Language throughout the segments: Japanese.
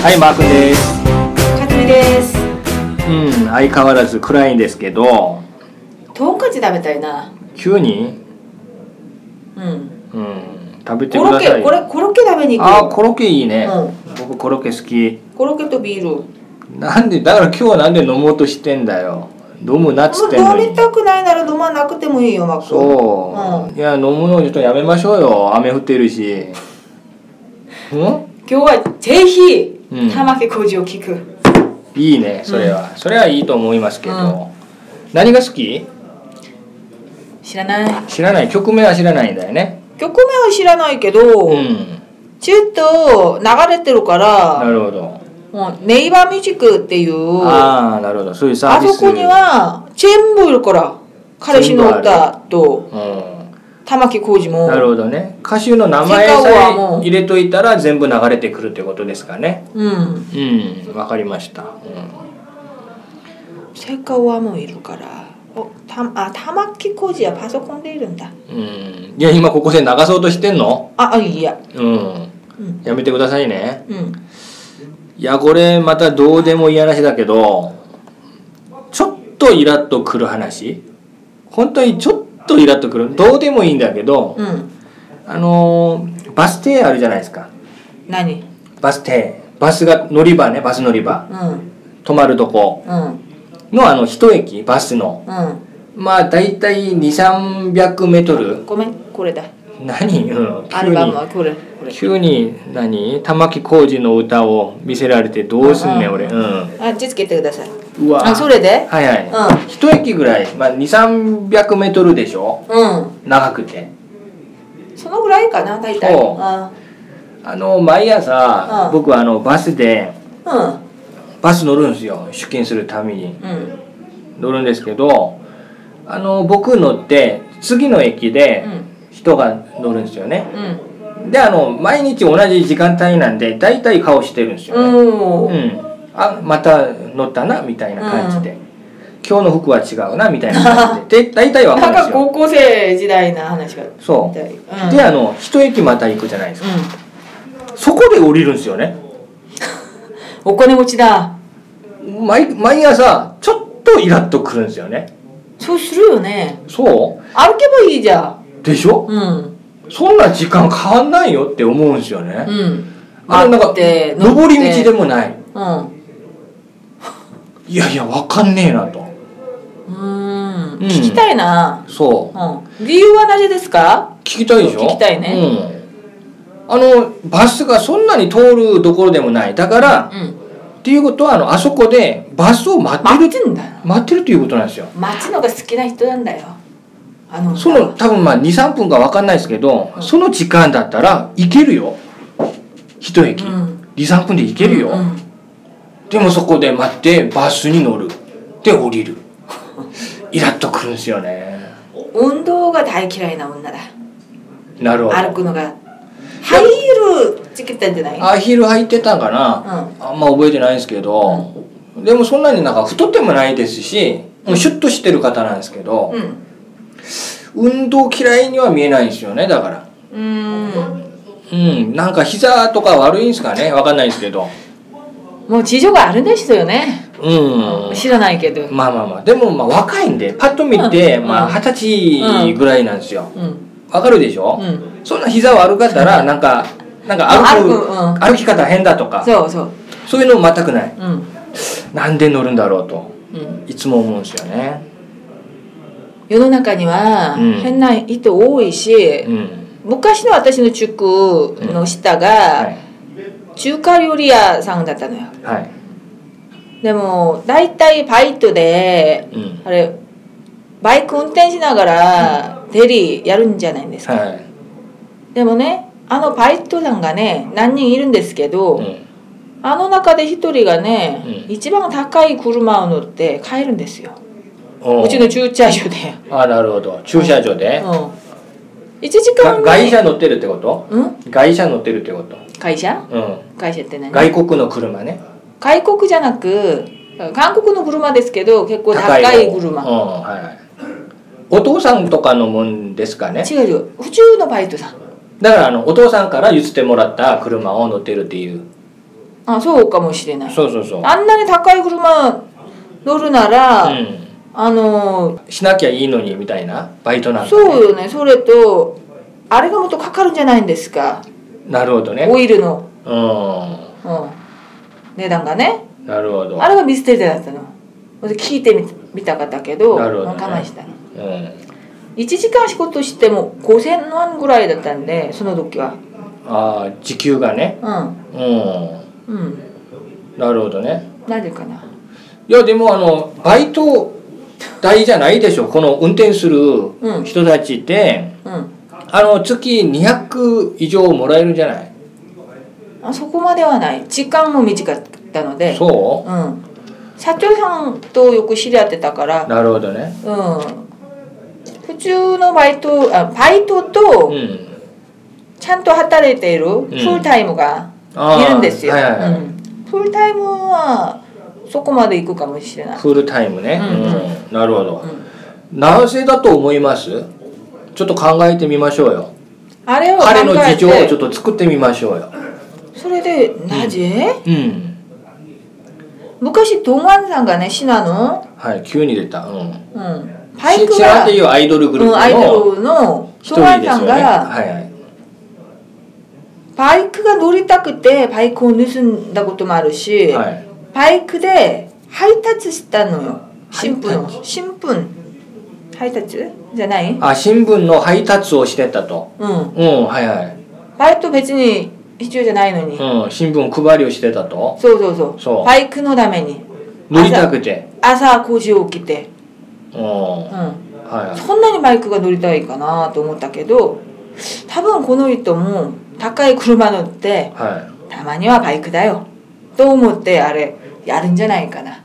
はい、マー君です。 かずみです。 相変わらず暗いんですけど。 トンカチ食べたいな。 急に？食べてください。 コロッケ食べに行く。 あ、コロッケいいね。僕コロッケ好き。 コロッケとビール。 なんで、だから今日はなんで飲もうとしてんだよ。飲むなっつってんのに。 飲みたくないなら飲まなくてもいいよ、マック。 そう。いや、飲むのちょっとやめましょうよ。雨降ってるし。 今日はぜひ玉置浩二を聞く。 いいね、それは。それはいいと思いますけど。何が好き？ 知らない。 知らない。曲名は知らないんだよね。 曲名は知らないけど、ちょっと流れてるから。 なるほど。 もうネイバーミュージックっていう。 ああ、なるほど。そういうサービス。 あそこには全部いるから。彼氏の歌と玉置浩二も。 なるほどね。歌手の名前さえ入れといたら全部流れてくるってことですかね。わかりました。 セカオワもいるから。玉置浩二はパソコンでいるんだ。 いや、今ここで流そうとしてんの？ いや。 やめてくださいね。いや、これまたどうでもいい話だけど、ちょっとイラッとくる話。本当にちょっとイラッとくる。どうでもいいんだけど、バス停あるじゃないですか。 何？ バス停。バスが乗り場ね、バス乗り場。止まるとこ。の一駅、バスの。まあ、だいたい2、300メートル。 ごめん、これだ。 何？ アルバムはこれ。 急に玉置浩二の歌を見せられてどうすんねん、俺。 つけてください。 うわ。 それで？ はいはい。一駅ぐらい、まあ、2、300メートルでしょ？長くて。 そのぐらいかな、大体。 毎朝、僕バスで、バス乗るんですよ。出勤するために。乗るんですけど、僕乗って次の駅で人が乗るんですよね。で、毎日同じ時間帯なんで大体顔してるんですよね。また乗ったなみたいな感じで、今日の服は違うなみたいな感じで大体わかるんですよ。 なんか高校生時代な話が。 そうで、一駅また行くじゃないですか。そこで降りるんですよね。 お金持ちだ。 毎朝ちょっとイラッとくるんですよね。 そうするよね。 そう歩けばいいじゃん。 でしょ。そんな時間変わんないよって思うんですよね。なんか上り道でもない。いやいや、わかんねえなと。 聞きたいな。 そう。 理由は何ですか？ 聞きたいでしょ。 聞きたいね。 バスがそんなに通るところでもない。だから、っていうことは、あそこでバスを待ってるっていうことなんですよ。 待つのが好きな人なんだよ。 多分2、3分か分かんないですけど、その時間だったら行けるよ。一駅。2、3分で行けるよ。でもそこで待ってバスに乗る。で降りる。イラッとくるんですよね。 運動が大嫌いな女だ。 なるほど。 歩くのが。ハイヒールつけてたんじゃない？ ヒール履いてたんかな。あんま覚えてないんですけど、でもそんなになんか太ってもないですし、シュッとしてる方なんですけど、運動嫌いには見えないんですよね。だからなんか膝とか悪いんですかね。わかんないですけど、 もう事情があるんですよね。知らないけど、 まあでも若いんでパッと見て20歳ぐらいなんですよ。わかるでしょ。そんな膝悪かったらなんか歩き方変だとか、そういうの全くない。なんで乗るんだろうといつも思うんですよね。 世の中には変な人多いし、昔の私の塾の下が中華料理屋さんだったのよ。でも大体バイトでバイク運転しながらデリやるんじゃないんですか。でもね、バイトさんがね何人いるんですけど、中で一人がね、一番高い車を乗って帰るんですよ。うちの駐車場で。 なるほど。駐車場で。 1時間ぐらい。 外車乗ってるってこと？外車乗ってるってこと？ 会社？会社って何？ 外国の車ね。 外国じゃなく韓国の車ですけど結構高い車。 お父さんとかのもんですかね。 違う、普通のバイトさん。 だからお父さんから譲ってもらった車を乗ってるっていう。 あ、そうかもしれない。 そうそうそう。 あんなに高い車乗るなら、 しなきゃいいのにみたいなバイトなんだね。 そうよね。それとあれがもっとかかるんじゃないんですか。 なるほどね。 オイルの、値段がね。 なるほど。 あれがミステリーだったの。聞いてみたかったけど、 なるほどね、 我慢したの。1時間仕事しても5000万ぐらいだったんで、その時は。 ああ、時給がね。なるほどね。 なぜかな。 いやでもバイト代じゃないでしょ。この運転する人たちって、月200以上もらえるんじゃない？ そこまではない。時間も短かったので。 そう？ 社長さんとよく知り合ってたから。 なるほどね。 普通のバイトと、ちゃんと働いているフルタイムがいるんですよ。フルタイムはそこまで行くかもしれない。 フルタイムね。なるほど。なぜだと思います？ちょっと考えてみましょうよ。彼の事情をちょっと作ってみましょうよ。 それでなぜ？昔東岸さんがね、シナの、 急に出た。 パイクが、 シナっていうアイドルグループのアイドルの東岸さんが、バイクが乗りたくてバイクを盗んだこともあるし、バイクで配達したのよ。新聞配達じゃない？ 新聞の配達をしてたと。 バイト別に必要じゃないのに。 新聞配りをしてたと。 そう。バイクのために。 乗りたくて。 朝5時起きて。そんなにバイクが乗りたいかなと思ったけど、多分この人も高い車乗って、たまにはバイクだよと思ってあれやるんじゃないかな。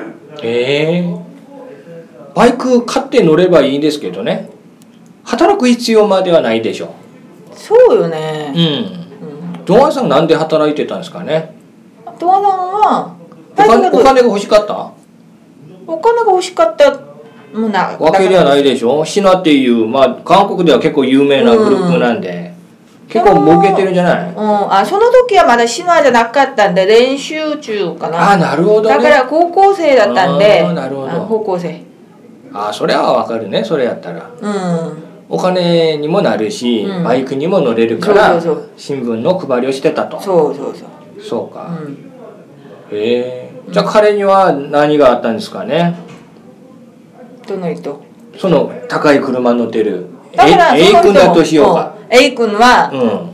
バイク買って乗ればいいんですけどね。働く必要まではないでしょ。 そうよね。 ドワンさんなんで働いてたんですかね。 ドワンさんはお金が欲しかった？ お金が欲しかったもなわけではないでしょ。シナっていう、韓国では結構有名なグループなんで、結構儲けてるんじゃない？ その時はまだシナじゃなかったんで練習中かな。 なるほどね。 だから高校生だったんで。 なるほど。 高校生。 それはわかるね。それやったら。お金にもなるし、バイクにも乗れるから新聞の配りをしてたと。そうか。じゃあ彼には何があったんですかね。 どの人？ その高い車乗ってる A 君だとしようか。 A 君は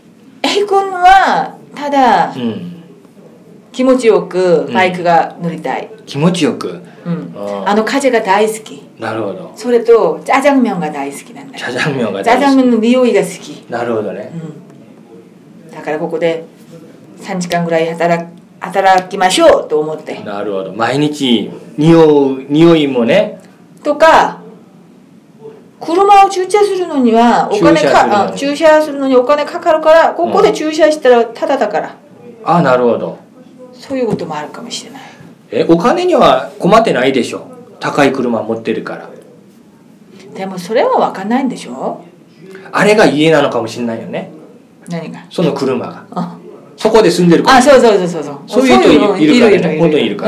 ただ気持ちよくバイクが乗りたい。 気持ちよく。 風が大好き。 なるほど。 それとジャジャンミョンが大好きなんだ。 ジャジャンミョンが大好き。ジャジャンミョンの匂いが好き。 なるほどね。 だからここで3時間ぐらい働きましょうと思って。 なるほど。毎日匂いもね。 とか車を駐車するのには駐車するのにお金かかるからここで駐車したらタダだから。 なるほど。 そういうこともあるかもしれない。 お金には困ってないでしょ。高い車持ってるから。 でもそれは分かんないんでしょ。 あれが家なのかもしれないよね。 何が？ その車が。そこで住んでるから。 そういう人いるからね。本当にいるから。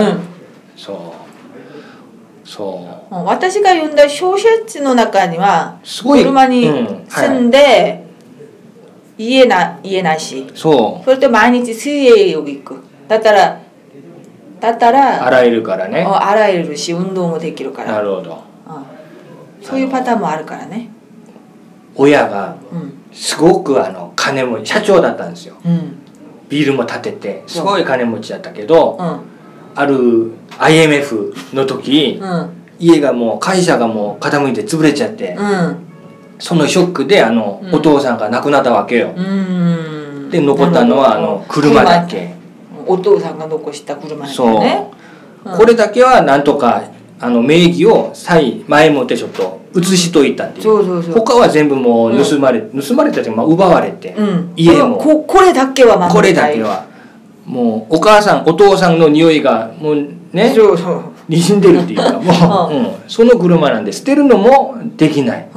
私が読んだ小説の中には車に住んで家なし。それと毎日水泳を行く。だったら洗えるからね。 洗えるし運動もできるから。 なるほど。 そういうパターンもあるからね。 親がすごく金持ち社長だったんですよ。ビールも建ててすごい金持ちだったけど、ある IMF の時、家がもう会社がもう傾いて潰れちゃって、そのショックでお父さんが亡くなったわけよ。で残ったのは車だけ。 お父さんが残した車だけね。 これだけはなんとか名義を前もってちょっと移しといたっていう。他は全部もう盗まれたというか奪われて、家もこれだけは守りたい。 これだけはもうお父さんの匂いがもうねにじんでるっていうかもう、その車なんで捨てるのもできない。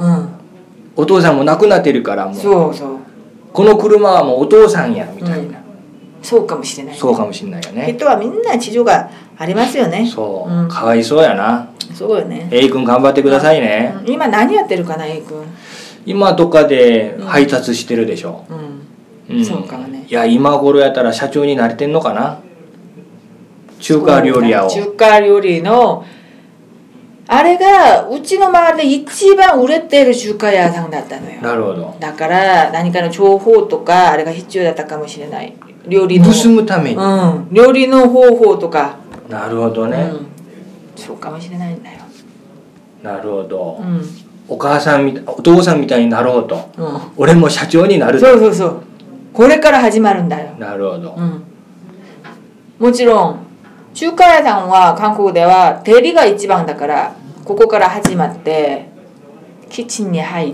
お父さんも亡くなってるからもうこの車はもうお父さんやみたいな。 そうかもしれない、ね、 そうかもしれないよね。 人はみんな事情がありますよね。 そう、かわいそうやな。 そうよね。 A 君頑張ってくださいね。 今何やってるかな A 君。 今とかで配達してるでしょ。 そうかもね。 いや今頃やったら社長になれてんのかな。中華料理屋を。 中華料理のあれがうちの周りで一番売れてる中華屋さんだったのよ。 なるほど。 だから何かの情報とかあれが必要だったかもしれない。料理の盗むために、 料理の方法とか。 なるほどね、 そうかもしれないんだよ。 なるほど、お母さんお父さんみたいになろうと、俺も社長になる。 そうそうそう、これから始まるんだよ。 なるほど、 もちろん中華屋さんは韓国では出入りが一番だから、ここから始まってキッチンに入って。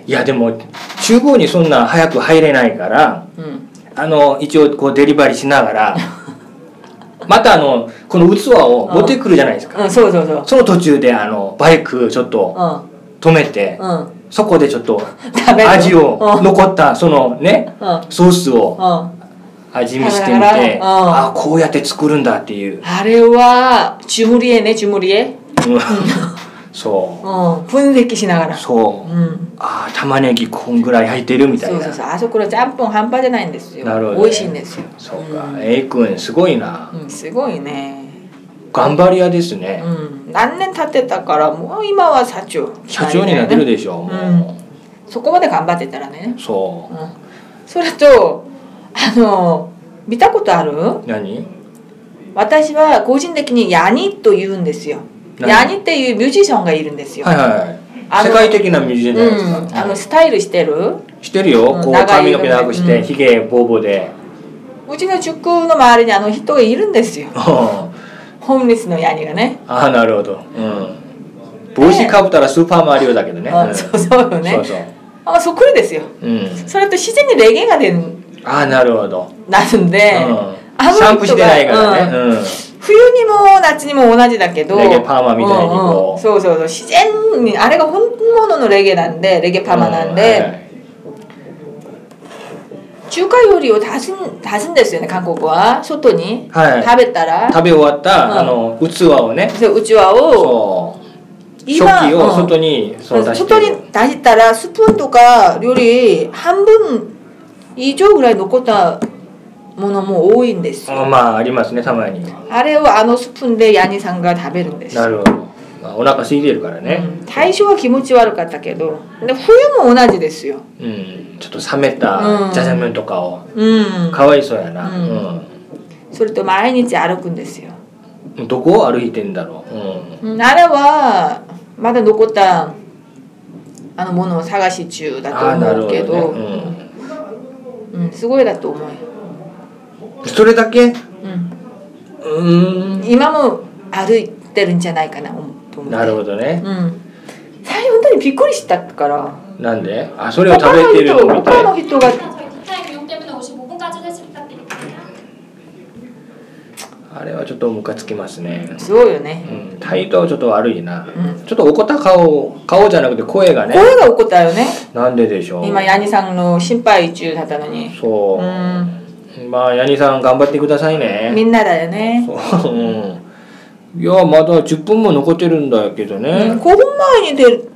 いやでも厨房にそんな早く入れないから、一応こうデリバリーしながらまたこの器を持ってくるじゃないですか、 そうそうそう。 その途中でバイクちょっと止めて、そこでちょっと味を残ったそのね、ソースを味見してみて、あこうやって作るんだっていう。 あれはジュムリエね、ジュムリエ。 そう、 分析しながら。 そう、玉ねぎこんぐらい入ってるみたいな。 そうそうそう、あそこのちゃんぽん半端じゃないんですよ。 なるほど、 美味しいんですよ。 そうか、A 君すごいな。 すごいね。 頑張り屋ですね。 何年経ってたからもう今は社長になってるでしょ。もうそこまで頑張ってたらね。 そう。 それと見たことある？ 何？ 私は個人的にヤニと言うんですよ。ヤニっていうミュージシャンがいるんですよ。 はいはい。世界的なミュージシャンじゃないですか。 スタイルしてる？ してるよ。こう髪の毛長くして、ひげボーボーで。 うちの塾の周りに人がいるんですよ。ホームレスのヤニがね。 ああなるほど。帽子かぶったらスーパーマリオだけどね。 そうそうよね。そっくりですよ。それと自然にレゲエが出る。 ああなるほど。 なるんで、 シャンプーしてないからね。 冬にも夏にも同じだけど、 レゲパーマみたいにこう、 そうそうそう、自然にあれが本物のレゲなんで、レゲパーマなんで、中華料理を出すんですよね、韓国は。外に食べたら、 食べ終わった器をね、 そう器を食器を外に出したらスプーンとか料理半分以上ぐらい残ったものも多いんですよ。 まあありますね、たまに。 あれをスプーンでヤニさんが食べるんです。 なるほど。お腹空いてるからね。 最初は気持ち悪かったけど、で冬も同じですよ。 ちょっと冷めたジャジャ麺とかを、かわいそうやな。 それと毎日歩くんですよ。 どこを歩いてんだろう。あれはまだ残ったものを探し中だと思うけど、すごいだと思う。 それだけ？ 今も歩いてるんじゃないかなと思って。なるほどね。 最初本当にびっくりしたから。 なんで？それを食べてるの見て。 他の人が。 あれはちょっとムカつきますね。 そうよね。 態度はちょっと悪いな。ちょっと怒った顔じゃなくて声がね。 声が怒ったよね。 なんででしょう。 今ヤニさんの心配中だったのに。 そう。まあヤニさん頑張ってくださいね。 みんなだよね。 いやまだ10分も残ってるんだけどね。 5分前に出る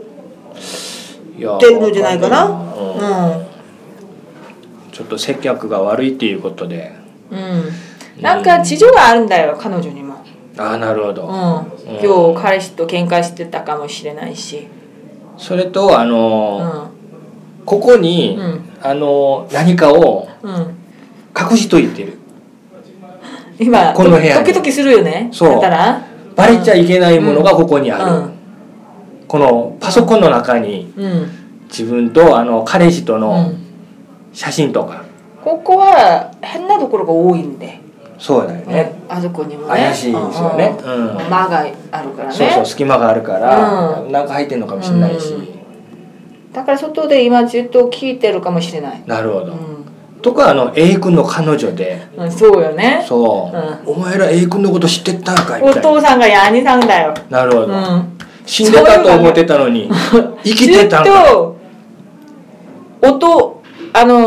のじゃないかな。 ちょっと接客が悪いっていうことで。 なんか事情があるんだよ、彼女にも。 なるほど。 今日彼氏と喧嘩してたかもしれないし。 それとここに何かを隠しといてる。 今この部屋ドキドキするよね。 そう。バレちゃいけないものがここにある。このパソコンの中に自分と彼氏との写真とか。 ここは変なところが多いんで。 そうだよね。 あそこにもね。 怪しいですよね。 間があるからね。 そうそう、隙間があるからなんか入ってんのかもしれないし。 だから外で今ずっと聞いてるかもしれない。 なるほど。とかA 君の彼女で。 そうよね。 そう。お前ら A 君のこと知ってたんかいみたいな。 お父さんがヤニさんだよ。 なるほど。死んでたと思ってたのに生きてたんか。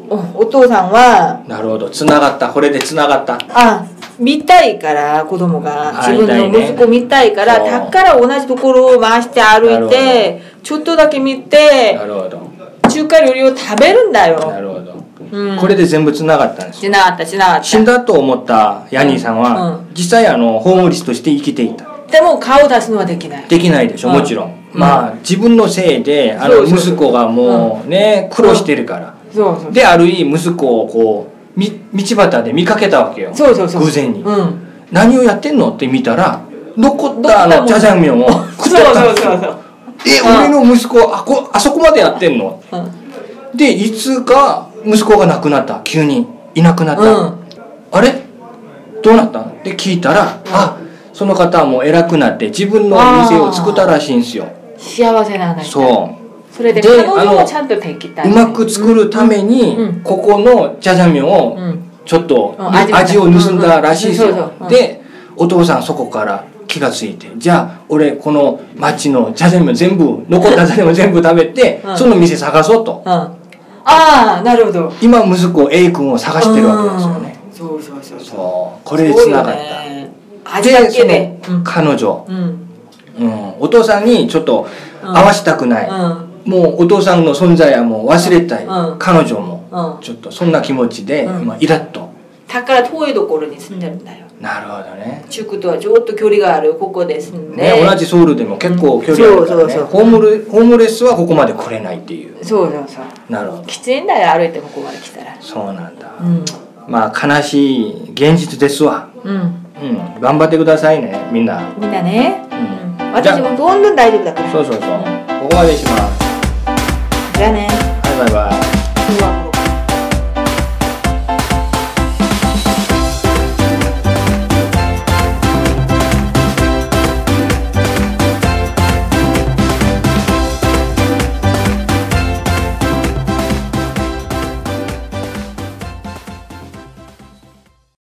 お父さんはなるほど、つながった、これでつながった。 見たいから、子供が自分の息子見たいから、だから同じところを回して歩いてちょっとだけ見て、 なるほど、 中華料理を食べるんだよ。 なるほど、これで全部つながったんですよ。 つながったつながった。 死んだと思ったヤニーさんは、実際ホームレスとして生きていた。 でも顔を出すのはできない。 できないでしょ、もちろん。まあ自分のせいで息子がもうね苦労してるから。である日息子をこう道端で見かけたわけよ。偶然に。何をやってんのって見たら、残ったジャジャン麺を食ってたんですよ。俺の息子あそこまでやってんの。でいつか息子が亡くなった、急にいなくなった。あれどうなったって聞いたら、その方はもう偉くなって自分のお店を作ったらしいんですよ。 幸せなんだ。 そうそれで彼女もちゃんとできた。 うまく作るために、ここのジャジャン麺をちょっと味を盗んだらしいですよ。でお父さんそこから気がついて、じゃあ俺この町のジャジャン麺全部残ったジャジャン麺全部食べて、その店探そうと。 なるほど。 今息子 A 君を探してるわけですよね。そうこれでつながった。でその彼女、お父さんにちょっと会わしたくない、もうお父さんの存在はもう忘れたい、彼女もちょっとそんな気持ちで今イラッと。 だから遠いところに住んでるんだよ。 なるほどね。 地区とはちょっと距離があるここで住んで、 同じソウルでも結構距離あるからね。ホームレスはここまで来れないっていう。なるほど。 きついんだよ、歩いてもここまで来たら。 そうなんだ。まあ悲しい現実ですわ。頑張ってくださいね、みんな。 みんなね。私もどんどん大丈夫だから。 そう。ここまでします。 じゃあね。 バイバイ。